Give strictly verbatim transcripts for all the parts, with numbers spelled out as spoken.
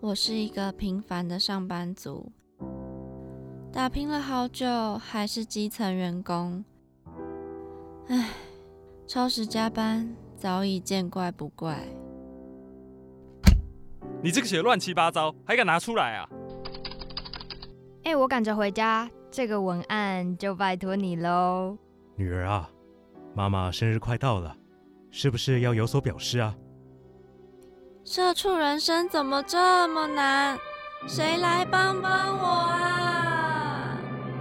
我是一个平凡的上班族，打拼了好久，还是基层员工。唉，超时加班早已见怪不怪。 你这个写乱七八糟，还敢拿出来啊？ 哎、欸，我赶着回家，这个文案就拜托你喽。 女儿啊，妈妈生日快到了，是不是要有所表示啊？ 社畜人生怎么这么难？谁来帮帮我啊？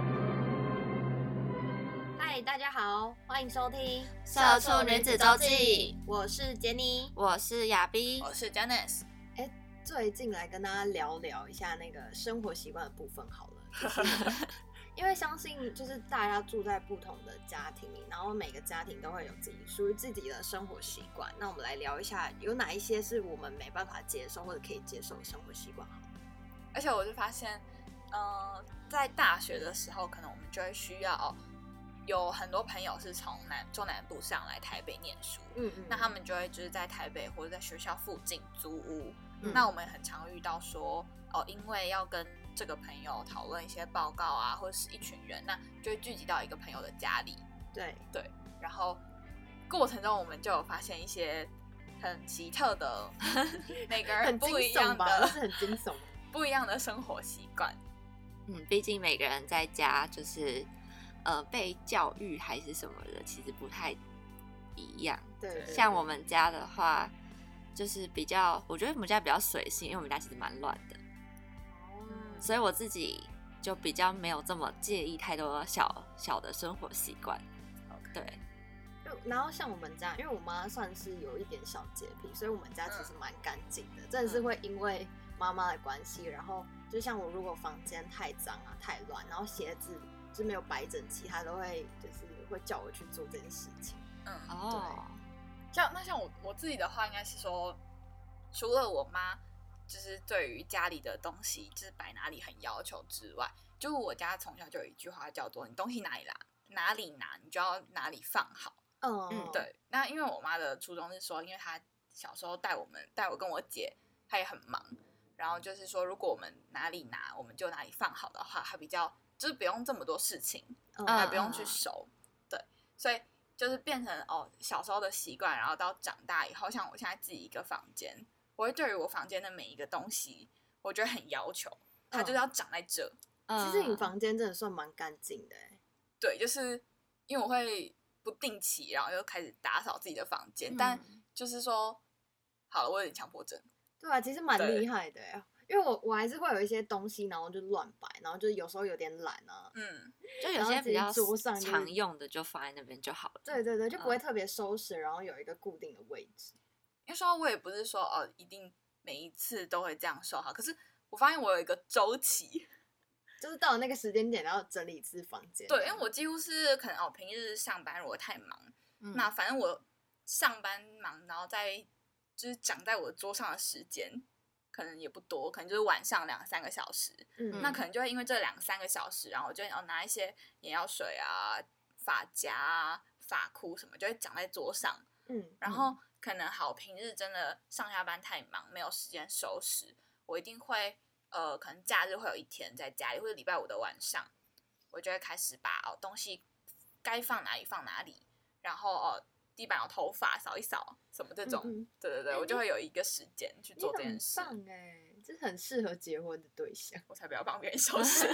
嗨，大家好，欢迎收听 《社畜女子周记》， 我是杰尼， 我是亚逼， 我是 Janice。 哎，最近来跟大家聊聊一下那个生活习惯的部分好了，就是因为相信就是大家住在不同的家庭里，然后每个家庭都会有自己属于自己的生活习惯。那我们来聊一下，有哪一些是我们没办法接受或者可以接受的生活习惯好了。 而且我就发现，呃，在大学的时候，可能我们就会需要有很多朋友是从南中南部上来台北念书，嗯嗯，那他们就会就是在台北或者在学校附近租屋。嗯、那我们很常遇到说，哦，因为要跟这个朋友讨论一些报告啊，或者是一群人，那就会聚集到一个朋友的家里。 对对，然后过程中我们就有发现一些很奇特的，每个人不一样的， 是很惊悚， 不一样的生活习惯。 嗯，毕竟每个人在家就是呃被教育还是什么的，其实不太一样。 对， 对， 对， 像我们家的话，就是比较，我觉得我们家比较随性，因为我们家其实蛮乱的。所以我自己就比较没有这么介意太多小小的生活习惯。Okay. 对。 然后像我们家，因为我妈算是有一点小洁癖，所以我们家其实蛮干净的，嗯、真的是会因为妈妈的关系，然后就像我如果房间太脏啊、太乱，然后鞋子就没有摆整齐，她都会就是会叫我去做这件事情。 嗯， 哦。 像那像我我自己的话，应该是说，除了我妈。就是对于家里的东西，就是摆哪里很要求之外，就是我家从小就有一句话叫做“你东西哪里拿，哪里拿，你就要哪里放好”。 嗯嗯，对。那因为我妈的初衷是说，因为她小时候带我们，带我跟我姐，她也很忙，然后就是说，如果我们哪里拿，我们就哪里放好的话，她比较就是不用这么多事情，也、嗯、不用去收。对，所以就是变成哦小时候的习惯，然后到长大以后，像我现在自己一个房间。我会对于我房间的每一个东西，我觉得很要求，它就是要长在这。 嗯、其实你房间真的算蛮干净的， 对，就是因为我会不定期，然后又开始打扫自己的房间、嗯，但就是说，好了，我有点强迫症。 对啊，其实蛮厉害的，因为我我还是会有一些东西，然后就乱摆，然后就有时候有点懒啊， 嗯，就有些比较常用的就放在那边就好了。 对对对，就不会特别收拾，然后有一个固定的位置。 因为说我也不是说哦，一定每一次都会这样收好，可是我发现我有一个周期， 就是到了那个时间点，然后整理一次房间。 对，因为我几乎是可能哦，平日上班如果太忙，嗯、那反正我上班忙，然后在就是长在我桌上的时间可能也不多，可能就是晚上两三个小时。嗯，那可能就会因为这两三个小时，然后我就要拿一些眼药水啊、发夹啊、发箍什么，就会长在桌上。嗯，然后。可能好，平日真的上下班太忙，没有时间收拾，我一定会呃，可能假日会有一天在家里，或者礼拜五的晚上，我就会开始把哦东西该放哪里放哪里，然后哦地板有头发扫一扫什么这种，嗯、对对对，我就会有一个时间去做这件事。 很棒哎，这是很适合结婚的对象。 我才不要帮别人收拾。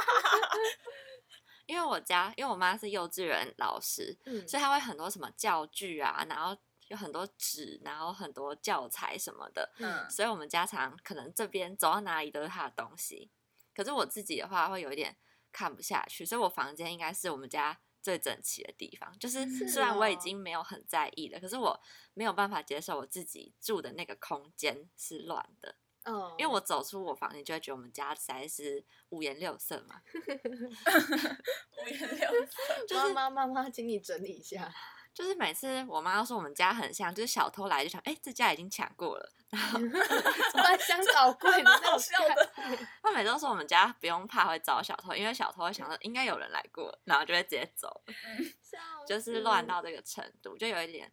因为我家，因为我妈是幼稚园老师，嗯、所以她会很多什么教具啊，然后。有很多纸，然后很多教材什么的，嗯，所以我们家常可能这边走到哪里都是他的东西。可是我自己的话会有一点看不下去，所以我房间应该是我们家最整齐的地方。就是虽然我已经没有很在意了，可是我没有办法接受我自己住的那个空间是乱的。哦，因为我走出我房间就会觉得我们家实在是五颜六色嘛。 五颜六色， 就是妈妈妈妈，请你整理一下。 就是每次我妈都说我们家很像，就是小偷来就想，哎、欸，这家已经抢过了，然后翻箱倒柜的那种的。 她每次都说我们家不用怕会遭小偷，因为小偷会想说应该有人来过，然后就会直接走，就是乱到这个程度，就有一点，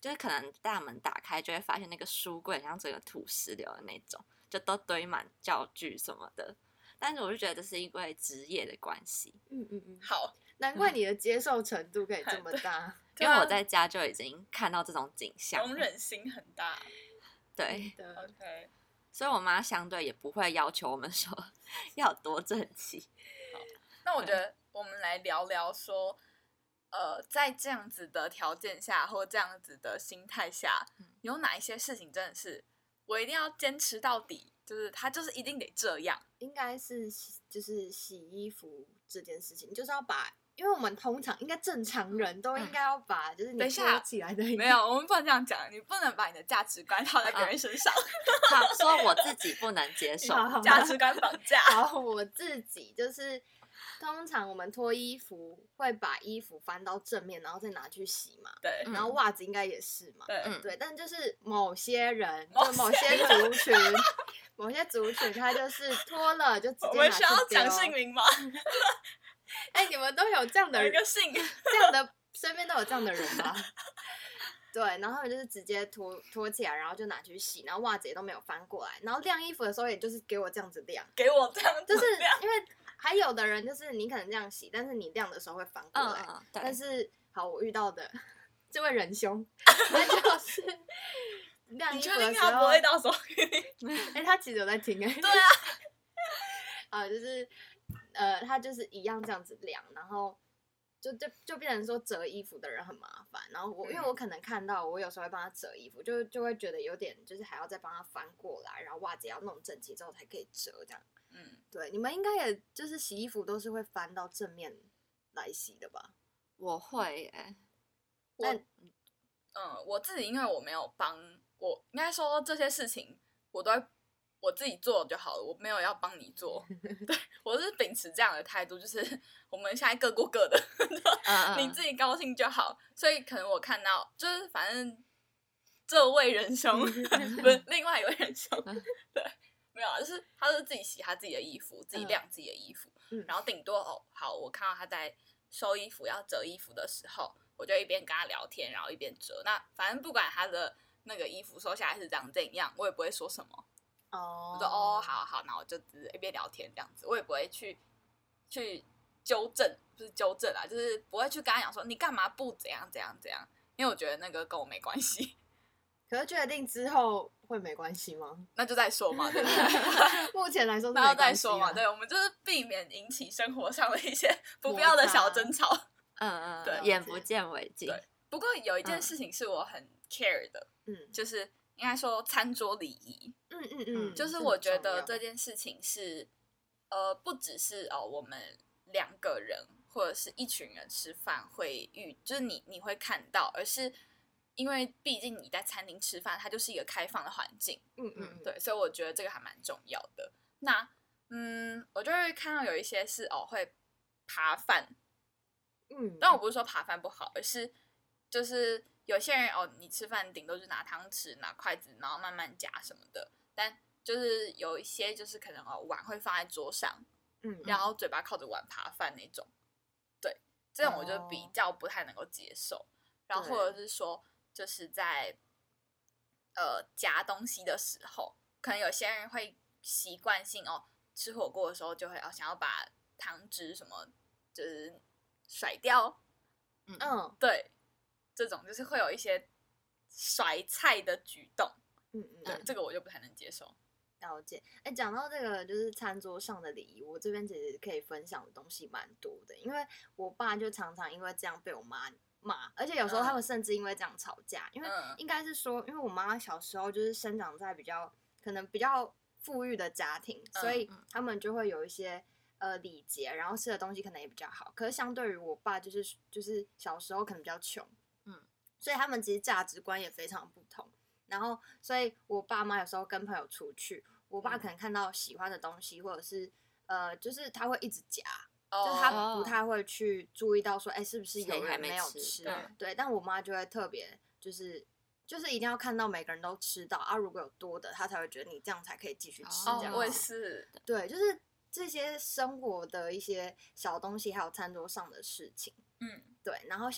就是可能大门打开就会发现那个书柜像整个土石流的那种，就都堆满教具什么的。但是我就觉得这是因为职业的关系。 嗯嗯嗯， 好， 难怪你的接受程度可以这么大， 因为我在家就已经看到这种景象， 容忍心很大。 对的 ，OK。 所以我妈相对也不会要求我们说要多整齐。 好，那我觉得我们来聊聊说，呃，在这样子的条件下或这样子的心态下，有哪一些事情真的是我一定要坚持到底，就是它就是一定得这样。 应该是洗就是洗衣服这件事情，就是要把。因为我们通常应该正常人都应该要把就是你脱起来的衣服， 没有，我们不能这样讲，你不能把你的价值观套在别人身上。 好，说我自己不能接受价值观绑架。 好，我自己就是通常我们脱衣服会把衣服翻到正面，然后再拿去洗嘛。 对， 然后袜子应该也是嘛。 对， 嗯对，但就是某些人，就某些族群，某些族群他就是脱了就直接拿去丢。 我们需要讲姓名吗？ 哎、欸，你们都有这样的人， 一个姓这样的身边都有这样的人吧？对，然后他们就是直接脱脱起来，然后就拿去洗，然后袜子也都没有翻过来，然后晾衣服的时候也就是给我这样子晾， 给我这样子就是因为还有的人就是你可能这样洗，但是你晾的时候会翻过来， 嗯、 但是好，我遇到的这位仁兄，他就是晾衣服的时候， 他不会到时候， 哎、欸，他其实有在听哎、欸， 对啊， 啊，就是呃，他就是一样这样子晾，然后。就就就变成说折衣服的人很麻烦，然后我、嗯、因为我可能看到我有时候会帮他折衣服，就就会觉得有点就是还要再帮他翻过来，然后袜子也要弄整齐之后才可以折这样。嗯，对，你们应该也就是洗衣服都是会翻到正面来洗的吧？ 我会耶、欸， 我嗯我自己因为我没有帮我，应该说这些事情我都会我自己做就好了，我没有要帮你做。对，我是秉持这样的态度，就是我们现在各过各的，你自己高兴就好。所以可能我看到，就是反正这位仁兄不是另外一位仁兄，对，没有啊，就是他是自己洗他自己的衣服，自己晾自己的衣服，嗯、然后顶多哦好，我看到他在收衣服要折衣服的时候，我就一边跟他聊天，然后一边折。那反正不管他的那个衣服收下来是长怎样，我也不会说什么。 哦， 我说哦，好好，然后我就只是一边聊天这样子，我也不会去去纠正，不是纠正啦，就是不会去跟他讲说你干嘛不怎样怎样怎样，因为我觉得那个跟我没关系。 可是确定之后会没关系吗？ 那就再说嘛，对不对？ 目前来说是没然后关系、啊、 再说嘛，对，我们就是避免引起生活上的一些不必要的小争吵。 嗯嗯， 对， 眼不见为净。 对，不过有一件事情是我很 care 的，嗯，就是应该说餐桌礼仪。 嗯嗯嗯， 就是我觉得这件事情是，呃，不只是哦，我们两个人或者是一群人吃饭会遇，就是你你会看到，而是因为毕竟你在餐厅吃饭，它就是一个开放的环境，嗯嗯，对，所以我觉得这个还蛮重要的。那嗯，我就会看到有一些是哦会扒饭，嗯，但我不是说扒饭不好，而是就是有些人哦，你吃饭顶多就拿汤匙、拿筷子，然后慢慢夹什么的。但就是有一些就是可能哦碗会放在桌上，嗯，然后嘴巴靠着碗扒饭那种，对，这种我就比较不太能够接受。哦、然后或者是说就是在呃夹东西的时候，可能有些人会习惯性哦吃火锅的时候就会哦想要把汤汁什么就是甩掉，嗯嗯，对，这种就是会有一些甩菜的举动。嗯嗯，对，这个我就不太能接受。 了解，哎，讲到这个就是餐桌上的礼仪，我这边其实可以分享的东西蛮多的，因为我爸就常常因为这样被我妈骂，而且有时候他们甚至因为这样吵架，因为应该是说，因为我妈小时候就是生长在比较可能比较富裕的家庭，所以他们就会有一些呃礼节，然后吃的东西可能也比较好。可是相对于我爸，就是就是小时候可能比较穷，嗯，所以他们其实价值观也非常不同。然后，所以我爸妈有时候跟朋友出去，我爸可能看到喜欢的东西，或者是呃，就是他会一直夹，哦、就是他不太会去注意到说，哎，是不是有人没有吃？对, 对，但我妈就会特别就是就是一定要看到每个人都吃到啊，如果有多的，他才会觉得你这样才可以继续吃。 哦， 这样我也是， 对，就是这些生活的一些小东西，还有餐桌上的事情，嗯，对。然后像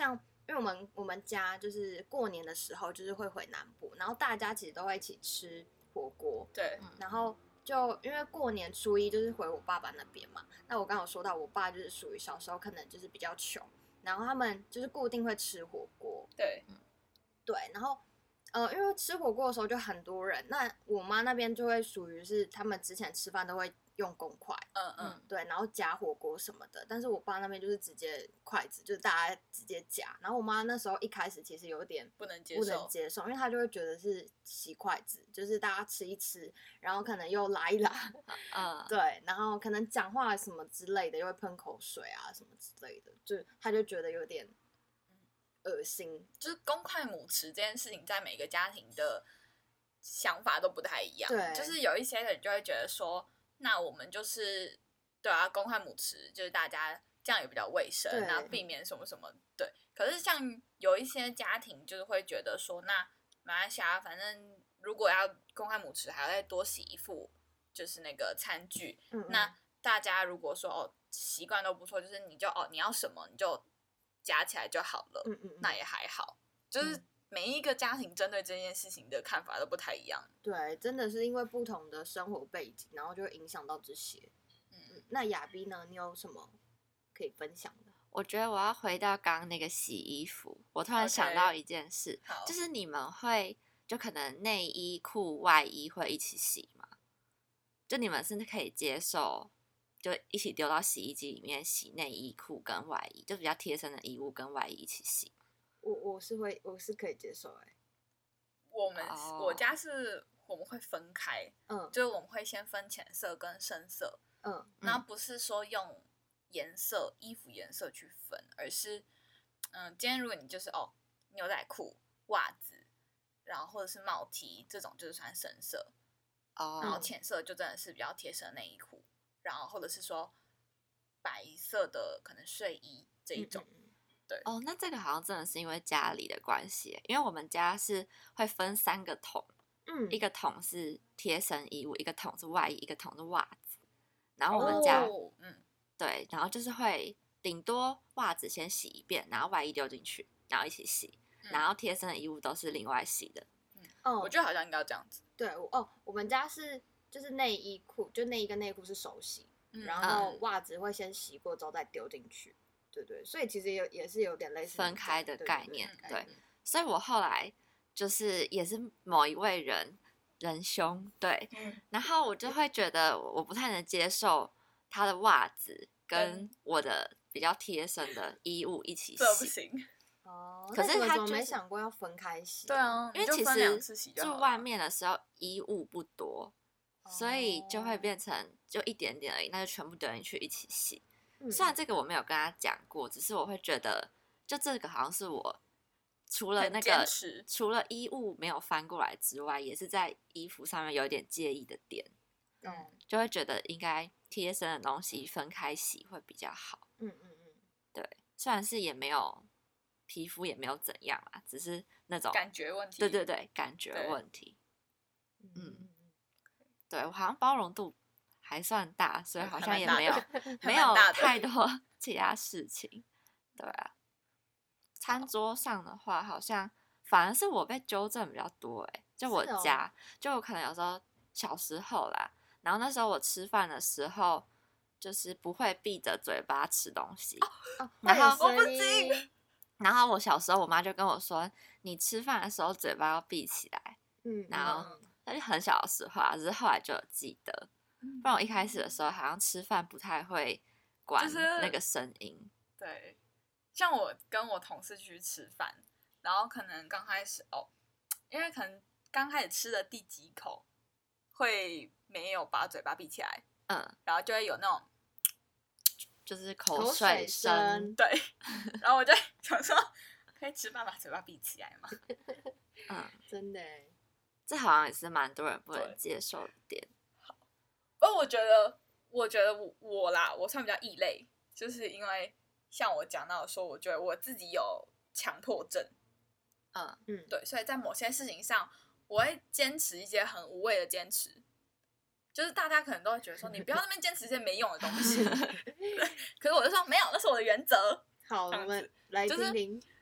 因为我们我们家就是过年的时候就是会回南部，然后大家其实都会一起吃火锅， 对， 然后就因为过年初一就是回我爸爸那边嘛，那我刚刚有说到我爸就是属于小时候可能就是比较穷，然后他们就是固定会吃火锅， 对， 对，然后呃，因为吃火锅的时候就很多人，那我妈那边就会属于是他们之前吃饭都会用公筷， 嗯嗯， 对，然后夹火锅什么的，但是我爸那边就是直接筷子，就是大家直接夹，然后我妈那时候一开始其实有点不能接不能受， 接受，因为她就会觉得是洗筷子，就是大家吃一吃，然后可能又拉一拉， 嗯， 对，然后可能讲话什么之类的，又会喷口水啊什么之类的，就她就觉得有点恶心。 就是公筷母匙这件事情，在每个家庭的想法都不太一样。 对就是有一些人就会觉得说，那我们就是对啊，公筷母匙就是大家这样也比较卫生， 对然后避免什么什么。对，可是像有一些家庭就是会觉得说，那马来西亚反正如果要公筷母匙，还要再多洗一副就是那个餐具。 嗯嗯那大家如果说哦习惯都不错，就是你就哦你要什么你就夹起来就好了， 嗯嗯嗯那也还好。就是每一个家庭针对这件事情的看法都不太一样。 对，真的是因为不同的生活背景，然后就会影响到这些。 嗯， 那亚逼呢？你有什么可以分享的？ 我觉得我要回到刚刚那个洗衣服，我突然想到一件事， 好就是你们会就可能内衣裤、外衣会一起洗吗？就你们是可以接受，就一起丢到洗衣机里面洗内衣裤跟外衣，就比较贴身的衣物跟外衣一起洗。 我我是会，我是可以接受哎、 我们、 哦我家是我们会分开， 嗯就是我们会先分浅色跟深色， 嗯然后不是说用颜色衣服颜色去分，而是嗯，今天如果你就是哦牛仔裤、袜子，然后或者是帽 T 这种就是算深色， 哦， 然后浅色就真的是比较贴身的内衣裤，然后或者是说白色的可能睡衣这一种。 嗯嗯哦，那这个好像真的是因为家里的关系，因为我们家是会分三个桶， 嗯， 一个桶是贴身衣物，一个桶是外衣，一个桶是袜子。然后我们家、 哦、嗯， 对，然后就是会顶多袜子先洗一遍，然后外衣丢进去，然后一起洗， 嗯然后贴身的衣物都是另外洗的。 哦， 我觉得好像应该要这样子。 对，我哦，我们家是就是内衣裤，就内衣跟内裤是手洗， 嗯然后袜子会先洗过之后再丢进去。对对，所以其实也也是有点类似分开的对概念， 对对，所以我后来就是也是某一位人仁兄，对， 嗯然后我就会觉得我不太能接受他的袜子跟嗯我的比较贴身的衣物一起这不洗， 行。 哦， 可是那你们怎么他就是没想过要分开洗？ 对，啊， 因为其你就分两实次洗就好了住外面的时候衣物不多，所以就会哦变成就一点点而已，那就全部丢进去一起洗。 嗯虽然这个我没有跟他讲过，只是我会觉得，就这个好像是我除了很那个坚持除了衣物没有翻过来之外，也是在衣服上面有一点介意的点， 嗯就会觉得应该贴身的东西分开洗会比较好。 嗯嗯嗯， 对，虽然是也没有皮肤也没有怎样啦，只是那种感觉问题。 对对对感觉对问题。 嗯嗯对我好像包容度还算大，所以好像还蛮大也没有的没有还蛮大的太多其他事情，对啊。餐桌上的话，好像反而是我被纠正比较多哎、就我是哦家，就我可能有时候小时候啦，然后那时候我吃饭的时候，就是不会闭着嘴巴吃东西， 哦， 然会有后我不声音行然后我小时候我妈就跟我说，你吃饭的时候嘴巴要闭起来， 嗯， 然后嗯那就很小的时候啊，只是后来就有记得。 嗯不然我一开始的时候好像吃饭不太会管就是那个声音。 对，像我跟我同事去吃饭，然后可能刚开始哦，因为可能刚开始吃的第几口会没有把嘴巴闭起来， 嗯， 然后就会有那种就是口口水声。 声对，然后我就想说，可以吃饭把嘴巴闭起来吗？ 嗯， 真的耶， 这好像也是蛮多人不能对接受的点。 不过我觉得，我觉得我我啦，我算比较异类，就是因为像我讲到说，我觉得我自己有强迫症， 嗯， 嗯， 对，所以在某些事情上，我会坚持一些很无谓的坚持，就是大家可能都会觉得说，你不要那边坚持一些没用的东西，对可是我就说没有，那是我的原则。 好，我这样子们来就是听听，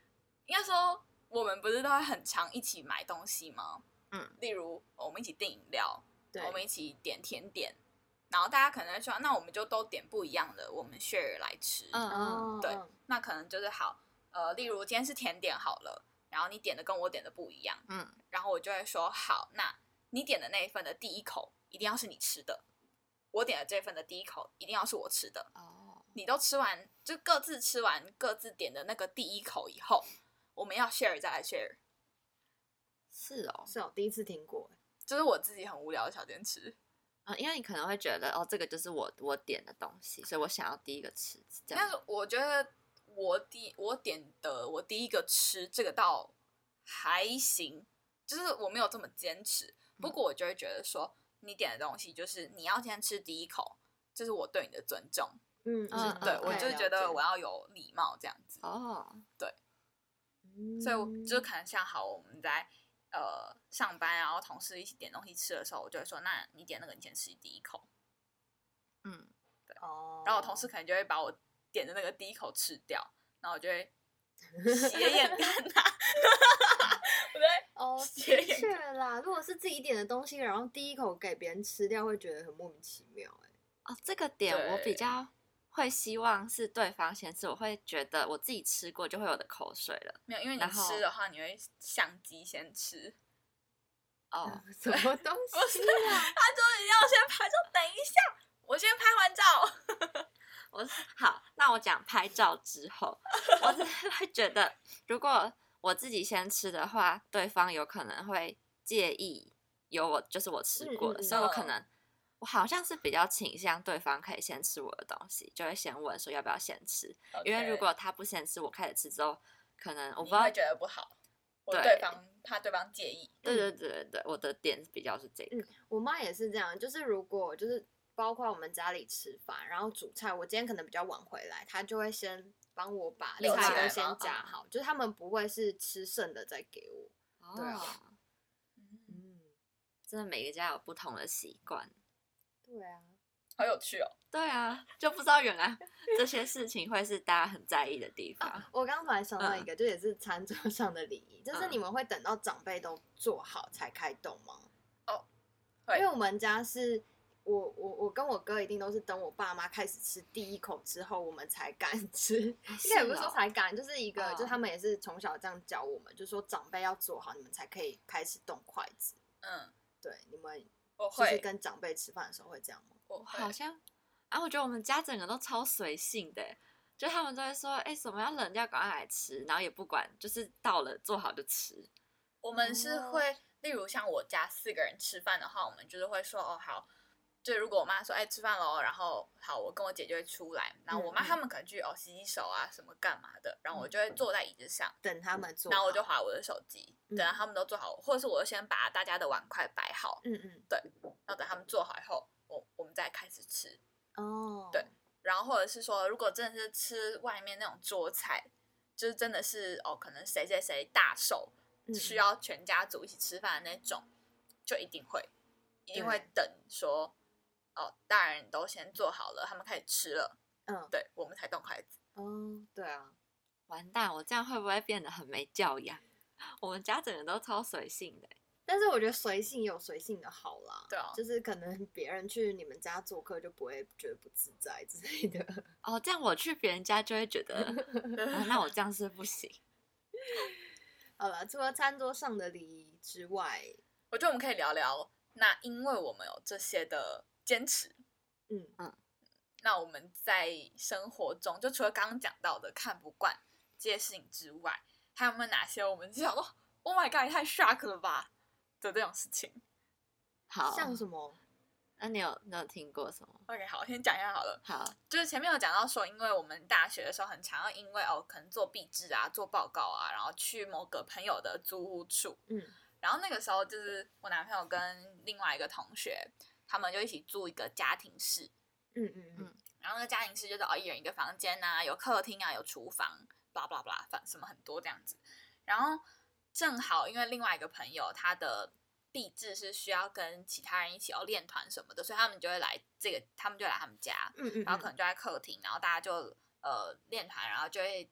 应该说我们不是都会很常一起买东西吗？ 嗯， 例如我们一起订饮料， 对， 我们一起点甜点，然后大家可能会说，那我们就都点不一样的，我们 share 来吃。 嗯嗯， 对，那可能就是好，呃，例如今天是甜点好了，然后你点的跟我点的不一样， 嗯， 然后我就会说，好，那你点的那一份的第一口一定要是你吃的，我点的这份的第一口一定要是我吃的。 哦， 你都吃完，就各自吃完各自点的那个第一口以后，我们要 share 再来 share。 是哦， 是哦，第一次听过， 就是我自己很无聊的小坚持。 嗯，因为你可能会觉得哦，这个就是我我点的东西，所以我想要第一个吃。这样， 但是我觉得我第我点的我第一个吃这个倒还行，就是我没有这么坚持。不过我就会觉得说，你点的东西就是你要先吃第一口，这是我对你的尊重。 嗯嗯对， 嗯我就觉得我要有礼貌这样子。 哦， 对， 嗯所以我就可能像好我们在。呃，上班然后同事一起点东西吃的时候，我就会说，那你点那个，你先吃第一口。 嗯， 对。 哦。 然后我同事可能就会把我点的那个第一口吃掉，然后我就会斜眼看他。我对哦， 斜眼的确啦，如果是自己点的东西，然后第一口给别人吃掉，会觉得很莫名其妙哎。 哦，这个点我比对较会希望是对方先吃，我会觉得我自己吃过就会有的口水了。 没有，因为你然后吃的话，你会相机先吃。 哦， 什么东不是， 西啊？ 他就一定要先拍，说等一下，我先拍完照。 我好，那我讲拍照之后，我只是会觉得，如果我自己先吃的话，对方有可能会介意有我就是我吃过的， 嗯嗯嗯所以我可能我好像是比较倾向对方可以先吃我的东西，就会先问说要不要先吃，因为如果他不先吃，我开始吃之后，可能我不知道你会觉得不好，或对对方怕对方介意。 对对对对对，我的点比较是这个， 嗯，我妈也是这样，就是如果就是包括我们家里吃饭，然后煮菜，我今天可能比较晚回来，她就会先帮我把留起菜都先来吗夹好，就是他们不会是吃剩的再给我。 哦， 对啊嗯， 嗯， 真的每个家有不同的习惯。 对啊， 好有趣哦。 对啊，就不知道原来这些事情会是大家很在意的地方。 啊，我刚刚突然想到一个，就也是餐桌上的礼仪，就是嗯你们会等到长辈都做好才开动吗？ 会因为我们家是我我我跟我哥一定都是等我爸妈开始吃第一口之后，我们才敢吃。应该也不是说才敢，就是一个， 哦就是他们也是从小这样教我们，就是说长辈要做好，你们才可以开始动筷子。 嗯， 对，你们我就是会， 跟长辈吃饭的时候会这样吗？ 我会好像，啊，我觉得我们家整个都超随性的欸，就他们都会说，哎、什么要冷掉赶快来吃，然后也不管，就是到了做好就吃。 我们是哦会，例如像我家四个人吃饭的话，我们就是会说哦好，就如果我妈说哎吃饭喽，然后好我跟我姐就会出来，然后我妈嗯嗯他们可能去哦洗洗手啊什么干嘛的，然后我就会坐在椅子上， 等他们做好， 然后我就划我的手机， 嗯等到他们都做好，或者是我就先把大家的碗筷摆好， 嗯嗯， 对，然后等他们做好以后，我我们再开始吃， 哦， 对然后或者是说如果真的是吃外面那种桌菜，就是真的是哦可能谁谁谁大寿。 嗯需要全家族一起吃饭的那种，就一定会，一定会对等说，哦，大人都先做好了，他们开始吃了， 嗯， 对我们才动筷子。 哦，对啊， 完蛋，我这样会不会变得很没教养？我们家整个都超随性的欸。 但是我觉得随性有随性的好啦， 对啊就是可能别人去你们家做客就不会觉得不自在之类的。 哦，这样我去别人家就会觉得，啊那我这样是不行。 好了，除了餐桌上的礼仪之外， 我觉得我们可以聊聊，那因为我们有这些的坚持， 嗯嗯， 那我们在生活中，就除了刚刚讲到的看不惯这些事情之外，还有没有哪些我们就想说 ，Oh my god，也太 shock 了吧的这种事情好， 像什么？ 那你有你有听过什么？ ？OK，好，先讲一下好了。 好， 就是前面有讲到说，因为我们大学的时候很常要因为哦，可能做毕制啊、做报告啊，然后去某个朋友的租屋处， 嗯然后那个时候就是我男朋友跟另外一个同学，他们就一起住一个家庭室， 嗯嗯嗯， 然后那个家庭室就是哦，一人一个房间啊，有客厅啊，有厨房，blah blah blah，反什么很多这样子。然后正好因为另外一个朋友他的毕制是需要跟其他人一起要练团什么的，所以他们就会来这个，他们就来他们家， 嗯嗯， 然后可能就在客厅，然后大家就呃练团，然后就会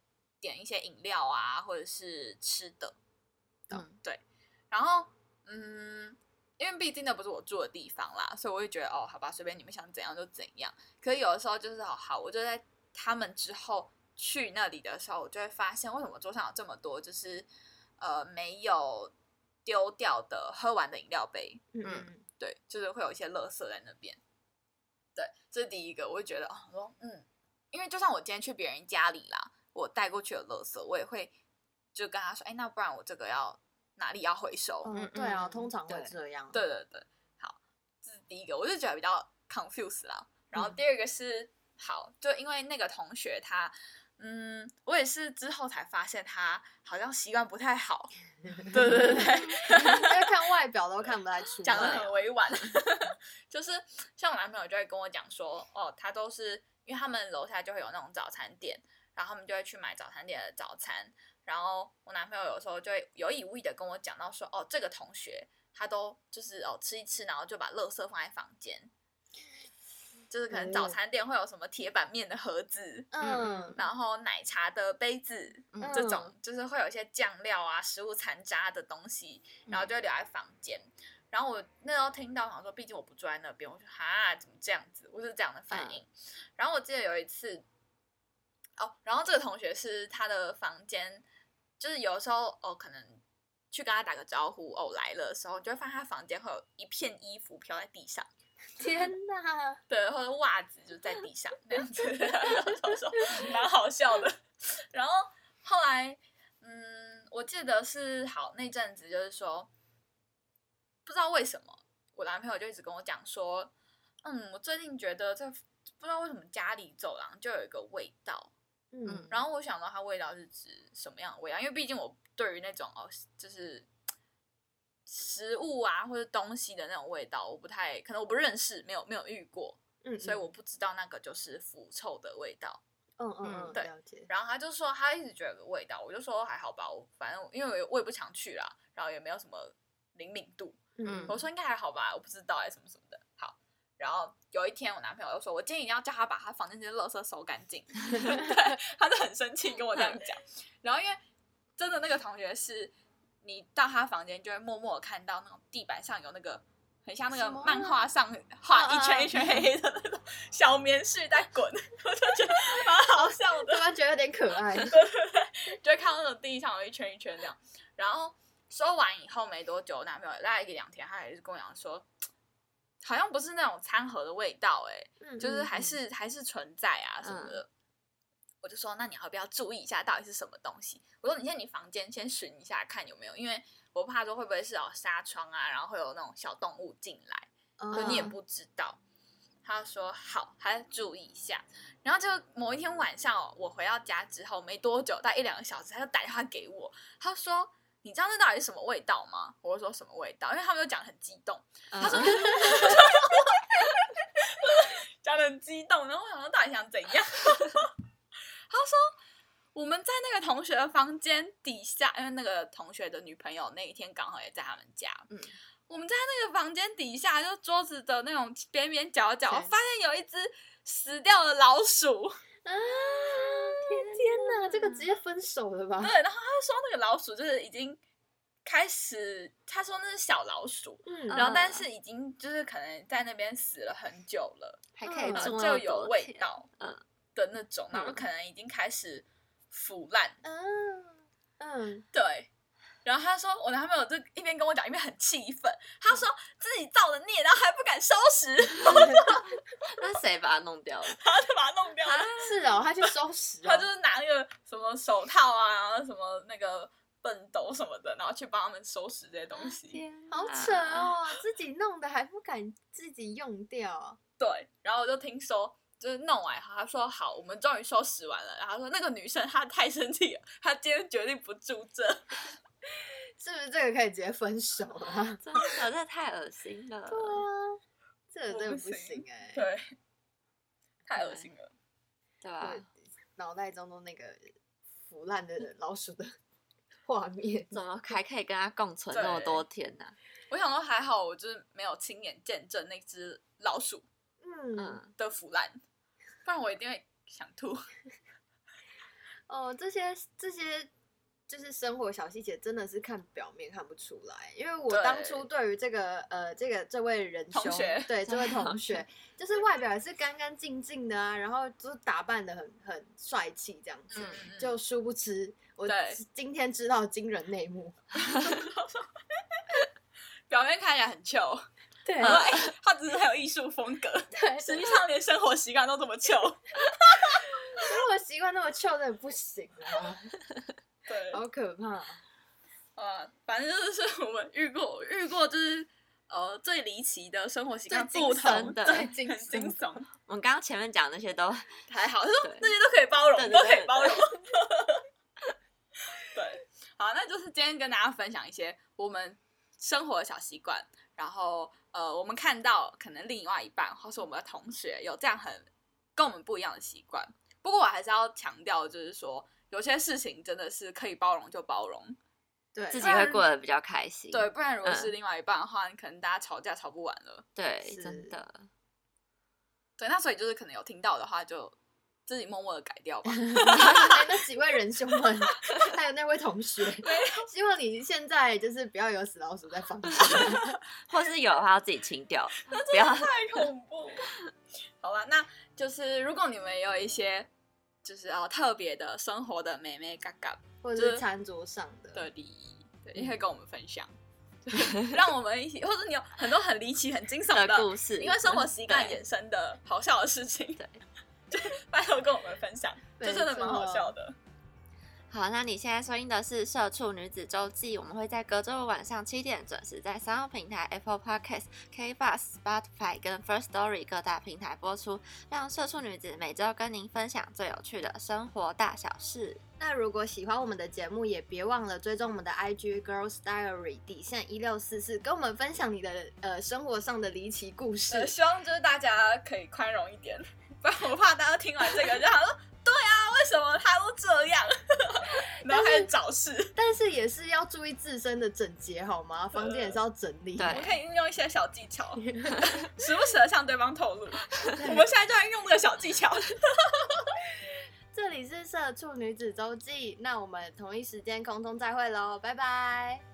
点一些饮料啊，或者是吃的。 嗯， 对。然后，嗯，因为毕竟那不是我住的地方啦，所以我会觉得哦，好吧，随便你们想怎样就怎样。可是有的时候就是好好，我就在他们之后去那里的时候，我就会发现为什么桌上有这么多就是呃没有丢掉的喝完的饮料杯。 嗯， 对，就是会有一些垃圾在那边。对，这是第一个，我会觉得哦，我说嗯，因为就算我今天去别人家里啦，我带过去的垃圾，我也会就跟他说，哎，那不然我这个要哪里要回收？ 嗯，对啊，通常会这样。 对对对，好，这是第一个，我就觉得比较 confused 啦。然后第二个是、嗯、好，就因为那个同学他，嗯，我也是之后才发现他好像习惯不太好。对对对， 因为看外表都看不太出来， 讲得很委婉。就是像我男朋友就会跟我讲说，哦，他都是因为他们楼下就会有那种早餐店，然后他们就会去买早餐店的早餐。然后我男朋友有时候就会有意无意的跟我讲到说，哦，这个同学他都就是哦吃一吃，然后就把垃圾放在房间。就是可能早餐店会有什么铁板面的盒子，嗯，然后奶茶的杯子，嗯，这种就是会有一些酱料啊、食物残渣的东西，然后就会留在房间。嗯、然后我那时候听到，想说，毕竟我不住在那边，我说哈，怎么这样子？我是这样的反应。嗯、然后我记得有一次，哦，然后这个同学是他的房间，就是有时候哦，可能去跟他打个招呼，哦来了的时候，就会发现他房间会有一片衣服飘在地上。 天哪！ 对，或者袜子就在地上那样子，蛮好笑的。然后后来，嗯，我记得是好那阵子，就是说，不知道为什么，我男朋友就一直跟我讲说，嗯，我最近觉得这不知道为什么家里走廊就有一个味道，嗯，然后我想到它味道是指什么样的味道，因为毕竟我对于那种哦，就是食物啊或者东西的那种味道，我不太可能我不认识，没有没有遇过，嗯，所以我不知道那个就是腐臭的味道。 嗯嗯嗯， 对。 了解。 然后他就说他一直觉得有个味道，我就说还好吧，我反正因为我也不常去啦，然后也没有什么灵敏度，嗯，我说应该还好吧，我不知道哎、欸、什么什么的。好，然后有一天我男朋友就说，我今天一定要叫他把他房间这些垃圾收干净，对，他就很生气跟我这样讲。然后因为真的那个同学是。你到他房间就会默默的看到那种地板上有那个很像那个漫画上画一圈一圈黑黑的那种小棉絮在滚，我就觉得蛮好笑的， 突然觉得有点可爱。 对对对，就会看到那种地上有一圈一圈这样。然后收完以后没多久，我男朋友大概一两天，他还是跟我讲说，好像不是那种餐盒的味道、欸，哎、嗯，就是还是、嗯、还是存在啊什么的。嗯，我就说，那你要不要注意一下到底是什么东西？我说，你先你房间先巡一下看有没有，因为我怕说会不会是有纱窗啊，然后会有那种小动物进来，可、嗯、你也不知道。他说好，还是注意一下。然后就某一天晚上、哦，我回到家之后没多久，大概一两个小时，他就打电话给我，他说：“你知道那到底是什么味道吗？”我就说什么味道，因为他们都讲得很激动。嗯、他说讲得很激动，然后我想说到底想怎样？他说我们在那个同学的房间底下，因为那个同学的女朋友那一天刚好也在他们家，嗯，我们在那个房间底下，就桌子的那种边边角角，发现有一只死掉的老鼠。 啊！天天哪，这个直接分手了吧？ 对，然后他就说那个老鼠就是已经开始，他说那是小老鼠，嗯，然后但是已经就是可能在那边死了很久了， 还可以做、嗯、就有味道，嗯。的那种，然后可能已经开始腐烂，嗯嗯，对。然后他说，我男朋友就一边跟我讲，一边很气愤。他说自己造的孽，然后还不敢收拾。 那谁把它弄掉了？ 他就把它弄掉了。 是哦，他去收拾、哦。 他就是拿那个什么手套啊，然后什么那个畚斗什么的，然后去帮他们收拾这些东西。 好扯哦，自己弄的还不敢自己用掉。 对，然后我就听说。就是弄完，他说好，我们终于收拾完了。然后他说那个女生她太生气了，她今天决定不住这， 是不是这个可以直接分手啊？ 真的，真的太恶心了。 对啊，这个真的不行哎、欸。 对，太恶心了。 对啊， 脑袋中都那个腐烂的老鼠的画面， 怎么还可以跟他共存那么多天呢、啊？ 我想说还好，我就是没有亲眼见证那只老鼠嗯的腐烂。不然我一定会想吐。 哦，这些这些就是生活小细节，真的是看表面看不出来。因为我当初对于这个呃这个这位仁兄，对这位同学，就是外表也是干干净净的啊，然后就是打扮的很很帅气这样子，嗯、就殊不知我今天知道惊人内幕。 表面看起来很臭， 对， 然后哎、欸，他只是很有艺术风格， 对， 实际上连生活习惯都这么臭。 生活习惯那么臭，真的不行啊！ 对， 好可怕。 呃，反正就是我们遇过遇过，就是呃最离奇的生活习惯不同的， 最惊悚。 我们刚刚前面讲那些都还好，他说那些都可以包容，都可以包容。对，好，那就是今天跟大家分享一些我们生活的小习惯，然后呃，我们看到可能另外一半或是我们的同学有这样很跟我们不一样的习惯。不过我还是要强调，就是说有些事情真的是可以包容就包容， 对， 自己会过得比较开心。 对，不然如果是另外一半的话，嗯、可能大家吵架吵不完了。 对，真的。 对，那所以就是可能有听到的话，就自己默默的改掉吧。 那几位仁兄们，还有那位同学，希望你现在就是不要有死老鼠在房间， 或是有的话要自己清掉，不要太恐怖。好吧，那就是如果你们有一些就是呃特别的生活的美美嘎嘎， 或者是餐桌上的的礼仪，对，也可以跟我们分享，让我们一起，或者你有很多很离奇、很惊悚的故事， 因为生活习惯衍生的好笑的事情，对，就拜托跟我们分享，这真的蛮好笑的。 好，那你现在收听的是《社畜女子周记》，我们会在隔周五晚上七点准时在三号平台 Apple Podcast、K B O X、Spotify 跟 First Story 各大平台播出，让社畜女子每周跟您分享最有趣的生活大小事。 那如果喜欢我们的节目，也别忘了追踪我们的 I G Girls Diary 底线一六四四，跟我们分享你的呃生活上的离奇故事。 呃、希望就是大家可以宽容一点，不然我怕大家听完这个就想说。对啊，为什么他都这样？然后开始找事， 但是也是要注意自身的整洁，好吗？房间也是要整理。 我们可以运用一些小技巧，时不时的向对方透露。我们现在就在用这个小技巧。 这里是社畜女子周记，那我们同一时间空中再会喽，拜拜。